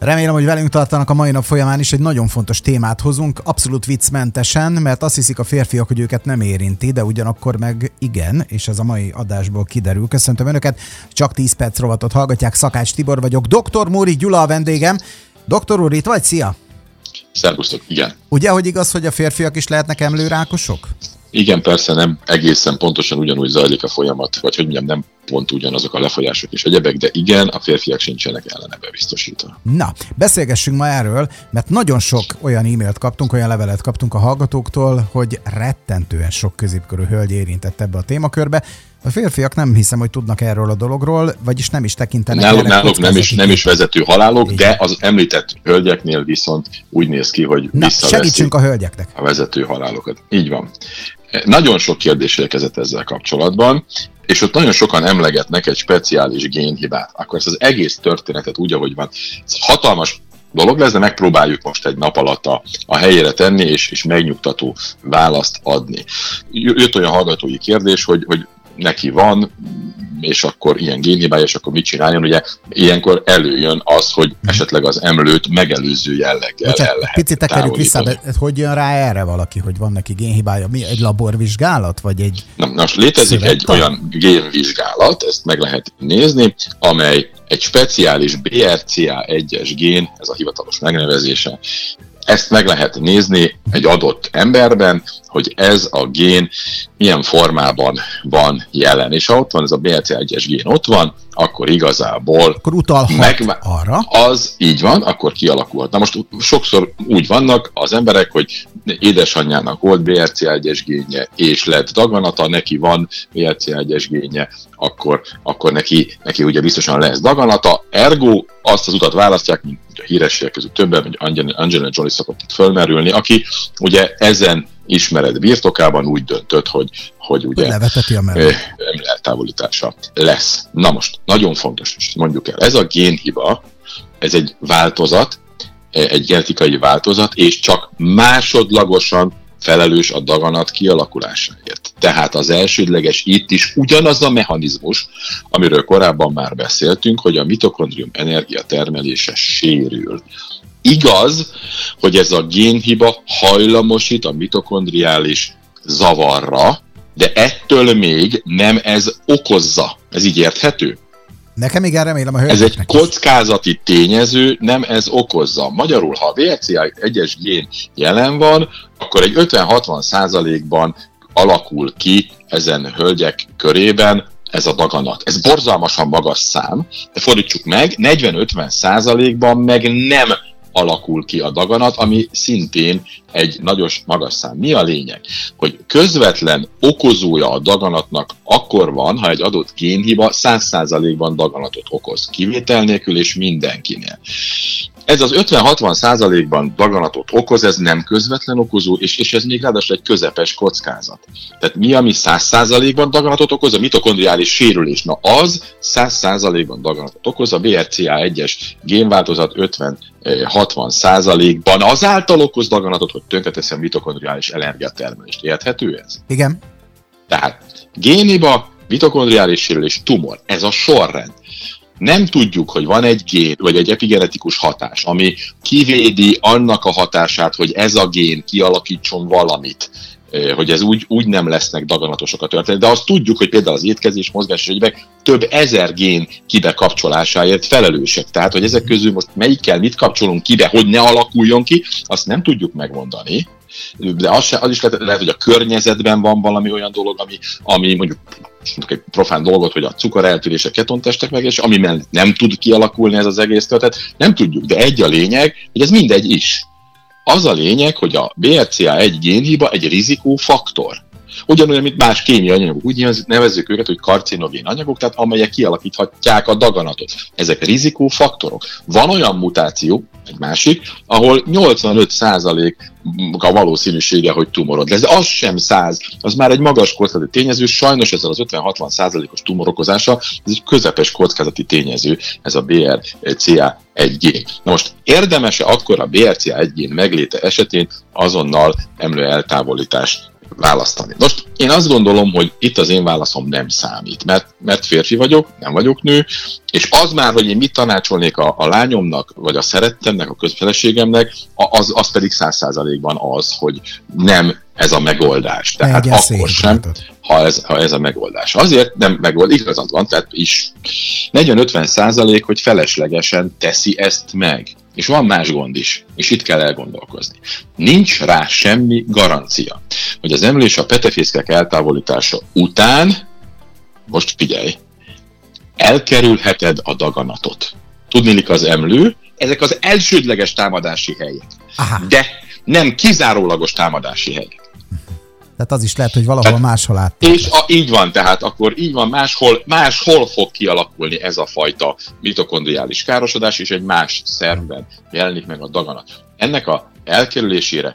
Remélem, hogy velünk tartanak a mai nap folyamán is, egy nagyon fontos témát hozunk, abszolút viccmentesen, mert azt hiszik a férfiak, hogy őket nem érinti, de ugyanakkor meg igen, és ez a mai adásból kiderül. Köszöntöm Önöket, csak 10 perc rovatot hallgatják, Szakács Tibor vagyok, Dr. Móri Gyula a vendégem. Doktor úr, itt vagy? Szia! Szervusztok, igen. Ugye, hogy igaz, hogy a férfiak is lehetnek emlőrákosok? Igen, persze nem egészen pontosan ugyanúgy zajlik a folyamat, vagy hogy mondjam, nem pont ugyanazok a lefolyások és egyebek, de igen, a férfiak sincsenek ellene bebiztosítva. Na, beszélgessünk ma erről, mert nagyon sok olyan e-mailt kaptunk, olyan levelet kaptunk a hallgatóktól, hogy rettentően sok középkorú hölgy érintett ebbe a témakörbe. A férfiak nem hiszem, hogy tudnak erről a dologról, vagyis nem is tekintenek. Náluk nem is vezető halálok, de az említett hölgyeknél viszont úgy néz ki, hogy segítsünk a hölgyeknek. A vezető halálokat. Így van. Nagyon sok kérdés érkezett ezzel kapcsolatban, és ott nagyon sokan emlegetnek egy speciális génhibát. Akkor ezt az egész történetet úgy, ahogy van. Ez hatalmas dolog lesz, de megpróbáljuk most egy nap alatt a helyére tenni, és megnyugtató választ adni. Jött olyan hallgatói kérdés, hogy neki van, és akkor ilyen génhibája, és akkor mit csináljon? Ugye ilyenkor előjön az, hogy esetleg az emlőt megelőző jelleggel el lehet picit tekerjük vissza, de hogy jön rá erre valaki, hogy van neki génhibája? Mi, egy laborvizsgálat, vagy egy... Na, most létezik egy olyan génvizsgálat, ezt meg lehet nézni, amely egy speciális BRCA1-es gén, ez a hivatalos megnevezése. Ezt meg lehet nézni egy adott emberben, hogy ez a gén milyen formában van jelen. És ha ott van ez a BRCA1-es gén, ott van, akkor igazából akkor utalhat arra. Az így van, akkor kialakulhat. Na most sokszor úgy vannak az emberek, hogy édesanyjának volt BRCA1-es génje, és lett daganata, neki van BRCA1-es génje, akkor neki ugye biztosan lesz daganata, ergo azt az utat választják, mint a hírességek között többen, hogy Angelina Jolie szokott itt fölmerülni, aki ugye ezen ismeret birtokában úgy döntött, hogy ugye eltávolítása lesz. Na most, nagyon fontos, mondjuk el, ez a génhiba, ez egy változat, egy genetikai változat, és csak másodlagosan felelős a daganat kialakulásáért. Tehát az elsődleges itt is ugyanaz a mechanizmus, amiről korábban már beszéltünk, hogy a mitokondrium energiatermelése sérül. Igaz, hogy ez a génhiba hajlamosít a mitokondriális zavarra, de ettől még nem ez okozza. Ez így érthető? Nekem igen, remélem a hölgyeknek. Ez egy kockázati tényező, nem ez okozza. Magyarul, ha a BRCA1-es gén jelen van, akkor egy 50-60%-ban alakul ki ezen hölgyek körében ez a daganat. Ez borzalmasan magas szám, de fordítsuk meg, 40-50%-ban meg nem alakul ki a daganat, ami szintén egy nagyon magas szám. Mi a lényeg? Hogy közvetlen okozója a daganatnak akkor van, ha egy adott génhiba 100%-ban daganatot okoz. Kivétel nélkül és mindenkinél. Ez az 50-60%-ban daganatot okoz, ez nem közvetlen okozó, és ez még ráadásul egy közepes kockázat. Tehát mi, ami 100%-ban daganatot okoz? A mitokondriális sérülés. Na az 100%-ban daganatot okoz, a BRCA1-es génváltozat 50-60%-ban azáltal okoz daganatot, hogy tönkreteszi a mitokondriális energiatermelést. Érthető ez? Igen. Tehát génhiba, mitokondriális sérülés, tumor. Ez a sorrend. Nem tudjuk, hogy van egy gén, vagy egy epigenetikus hatás, ami kivédi annak a hatását, hogy ez a gén kialakítson valamit, hogy ez úgy nem lesznek daganatosok a történet. De azt tudjuk, hogy például az étkezés, mozgás és egyébek több ezer gén kibekapcsolásáért felelősek. Tehát, hogy ezek közül most melyikkel mit kapcsolunk kibe, hogy ne alakuljon ki, azt nem tudjuk megmondani. De az is lehet, hogy a környezetben van valami olyan dolog, ami mondjuk egy profán dolgot, hogy a cukoreltűrés, a ketontestek meg, és ami mellett nem tud kialakulni ez az egész történet, nem tudjuk. De egy a lényeg, hogy ez mindegy is. Az a lényeg, hogy a BRCA1 génhiba egy rizikófaktor. Ugyanolyan, mint más kémiai anyagok. Úgy nevezzük őket, hogy karcinogén anyagok, tehát amelyek kialakíthatják a daganatot. Ezek rizikófaktorok. Van olyan mutáció, egy másik, ahol 85% a valószínűsége, hogy tumorod lesz. De az sem 100, az már egy magas kockázati tényező. Sajnos ezzel az 50-60%-os tumorokozása, ez egy közepes kockázati tényező, ez a BRCA1 gén. Na most érdemes-e akkor a BRCA1 gén megléte esetén azonnal emlő eltávolítást választani. Most én azt gondolom, hogy itt az én válaszom nem számít, mert férfi vagyok, nem vagyok nő, és az már, hogy én mit tanácsolnék a lányomnak, vagy a szerettemnek, a közfeleségemnek, az pedig 100%-ban az, hogy nem ez a megoldás. Tehát akkor sem, ha ez a megoldás. Azért nem megold, igazad van, tehát is 40-50%, hogy feleslegesen teszi ezt meg. És van más gond is, és itt kell elgondolkozni. Nincs rá semmi garancia, hogy az emlő és a petefészkek eltávolítása után, most figyelj, elkerülheted a daganatot. Tudniillik az emlő, ezek az elsődleges támadási helyek, de nem kizárólagos támadási helyek. Tehát az is lehet, hogy valahol máshol át. És így van, tehát akkor így van, máshol fog kialakulni ez a fajta mitokondriális károsodás, és egy más szervben jelenik meg a daganat. Ennek a elkerülésére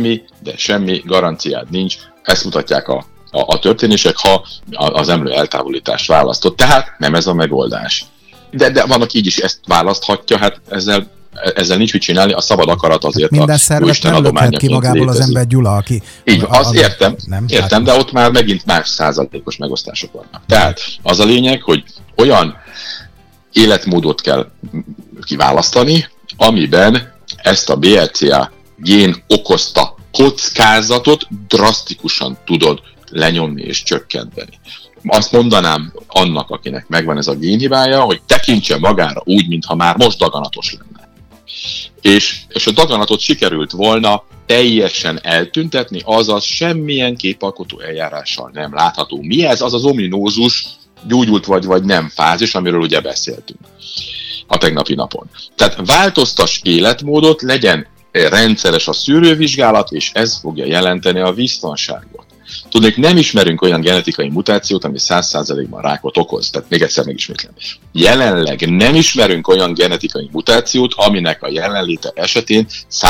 semmi garanciád nincs, ezt mutatják a történések, ha az emlő eltávolítást választott. Tehát nem ez a megoldás. De van, aki így is ezt választhatja, hát ezzel nincs mit csinálni, a szabad akarat azért minden szervet nem lökhet ki magából létezik. Az ember Gyula, aki... Így, azt értem, de ott már megint más százalékos megosztások vannak. Tehát az a lényeg, hogy olyan életmódot kell kiválasztani, amiben ezt a BRCA gén okozta kockázatot drasztikusan tudod lenyomni és csökkenteni. Azt mondanám annak, akinek megvan ez a génhibája, hogy tekintse magára úgy, mintha már most daganatos lenne. És a daganatot sikerült volna teljesen eltüntetni, azaz semmilyen képalkotó eljárással nem látható. Mi ez? Az az ominózus gyógyult vagy nem fázis, amiről ugye beszéltünk a tegnapi napon. Tehát változtass életmódot, legyen rendszeres a szűrővizsgálat, és ez fogja jelenteni a biztonságot. Tudnék, nem ismerünk olyan genetikai mutációt, ami 100%-ban rákot okoz. Tehát még egyszer megismétlem. Jelenleg nem ismerünk olyan genetikai mutációt, aminek a jelenléte esetén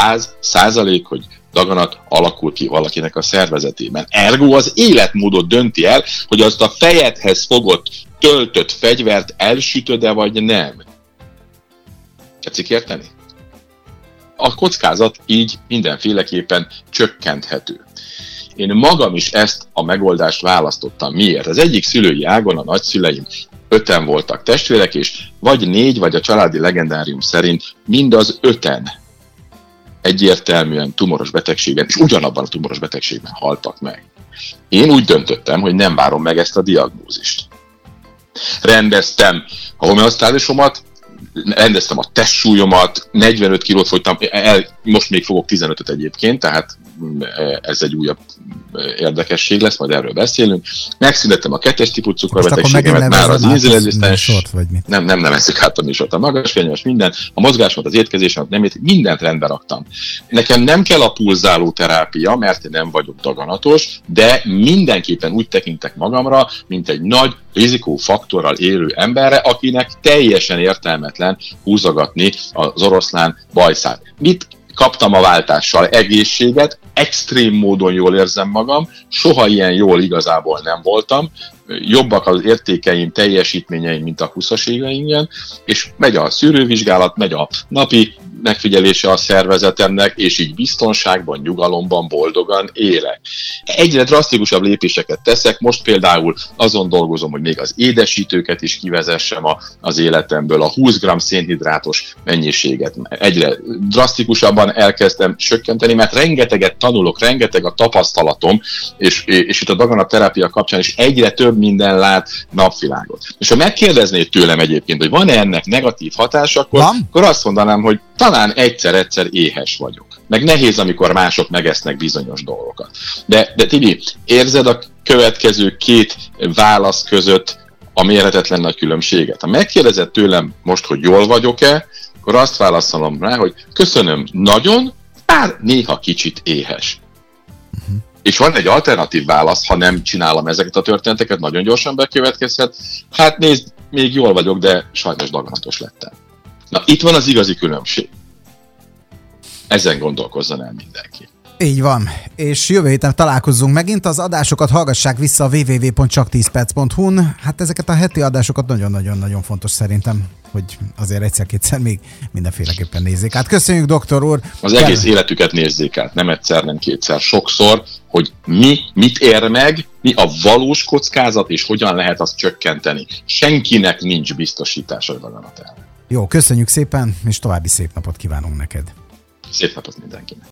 100%, hogy daganat alakul ki valakinek a szervezetében. Ergo az életmódot dönti el, hogy azt a fejedhez fogott, töltött fegyvert elsütöd-e vagy nem. Tetszik érteni? A kockázat így mindenféleképpen csökkenthető. Én magam is ezt a megoldást választottam. Miért? Az egyik szülői ágon a nagyszüleim 5-en voltak testvérek, és vagy 4, vagy a családi legendárium szerint mind az 5-en egyértelműen tumoros betegségen, és ugyanabban a tumoros betegségben haltak meg. Én úgy döntöttem, hogy nem várom meg ezt a diagnózist. Rendeztem a homeosztázisomat, rendeztem a testsúlyomat, 45 kilót fogytam, most még fogok 15-öt egyébként, tehát ez egy újabb érdekesség lesz, majd erről beszélünk. Megszüntettem a 2-es típusú cukorbetegségemet, már az inzulinrezisztens, nem nevezzük át a műsort, a magas vérnyomás, minden, a mozgásomat, az étkezésemet, mindent rendbe raktam. Nekem nem kell a pulzáló terápia, mert nem vagyok daganatos, de mindenképpen úgy tekintek magamra, mint egy nagy rizikófaktorral élő emberre, akinek teljesen értelmetlen húzogatni az oroszlán bajszát. Mit kaptam a váltással? Egészséget, extrém módon jól érzem magam, soha ilyen jól igazából nem voltam, jobbak az értékeim, teljesítményeim, mint a 20-as éveimben, és megy a szűrővizsgálat, megy a napi megfigyelése a szervezetemnek, és így biztonságban, nyugalomban, boldogan élek. Egyre drasztikusabb lépéseket teszek, most például azon dolgozom, hogy még az édesítőket is kivezessem az életemből, a 20 g szénhidrátos mennyiséget egyre drasztikusabban elkezdtem csökkenteni, mert rengeteget tanulok, rengeteg a tapasztalatom, és itt a daganatterápia kapcsán is egyre több minden lát napvilágot. És ha megkérdeznéd tőlem egyébként, hogy van-e ennek negatív hatása, akkor azt mondanám, hogy talán egyszer-egyszer éhes vagyok. Meg nehéz, amikor mások megesznek bizonyos dolgokat. De Tibi, érzed a következő 2 válasz között a mérhetetlen nagy különbséget? Ha megkérdezed tőlem most, hogy jól vagyok-e, akkor azt válaszolom rá, hogy köszönöm nagyon, bár néha kicsit éhes. És van egy alternatív válasz, ha nem csinálom ezeket a történeteket, nagyon gyorsan bekövetkezhet. Hát nézd, még jól vagyok, de sajnos daganatos lettem. Na, itt van az igazi különbség. Ezen gondolkozzon el mindenki. Így van, és jövő héten találkozzunk megint, az adásokat hallgassák vissza a www.csak10perc.hu-n. Hát ezeket a heti adásokat nagyon-nagyon-nagyon fontos szerintem hogy azért egyszer-kétszer még mindenféleképpen nézzék át. Köszönjük, doktor úr! Az egész életüket nézzék át, nem egyszer, nem kétszer, sokszor, hogy mit ér meg, mi a valós kockázat, és hogyan lehet azt csökkenteni. Senkinek nincs biztosítása a daganat ellen. Jó, köszönjük szépen, és további szép napot kívánunk neked! Szép napot mindenkinek!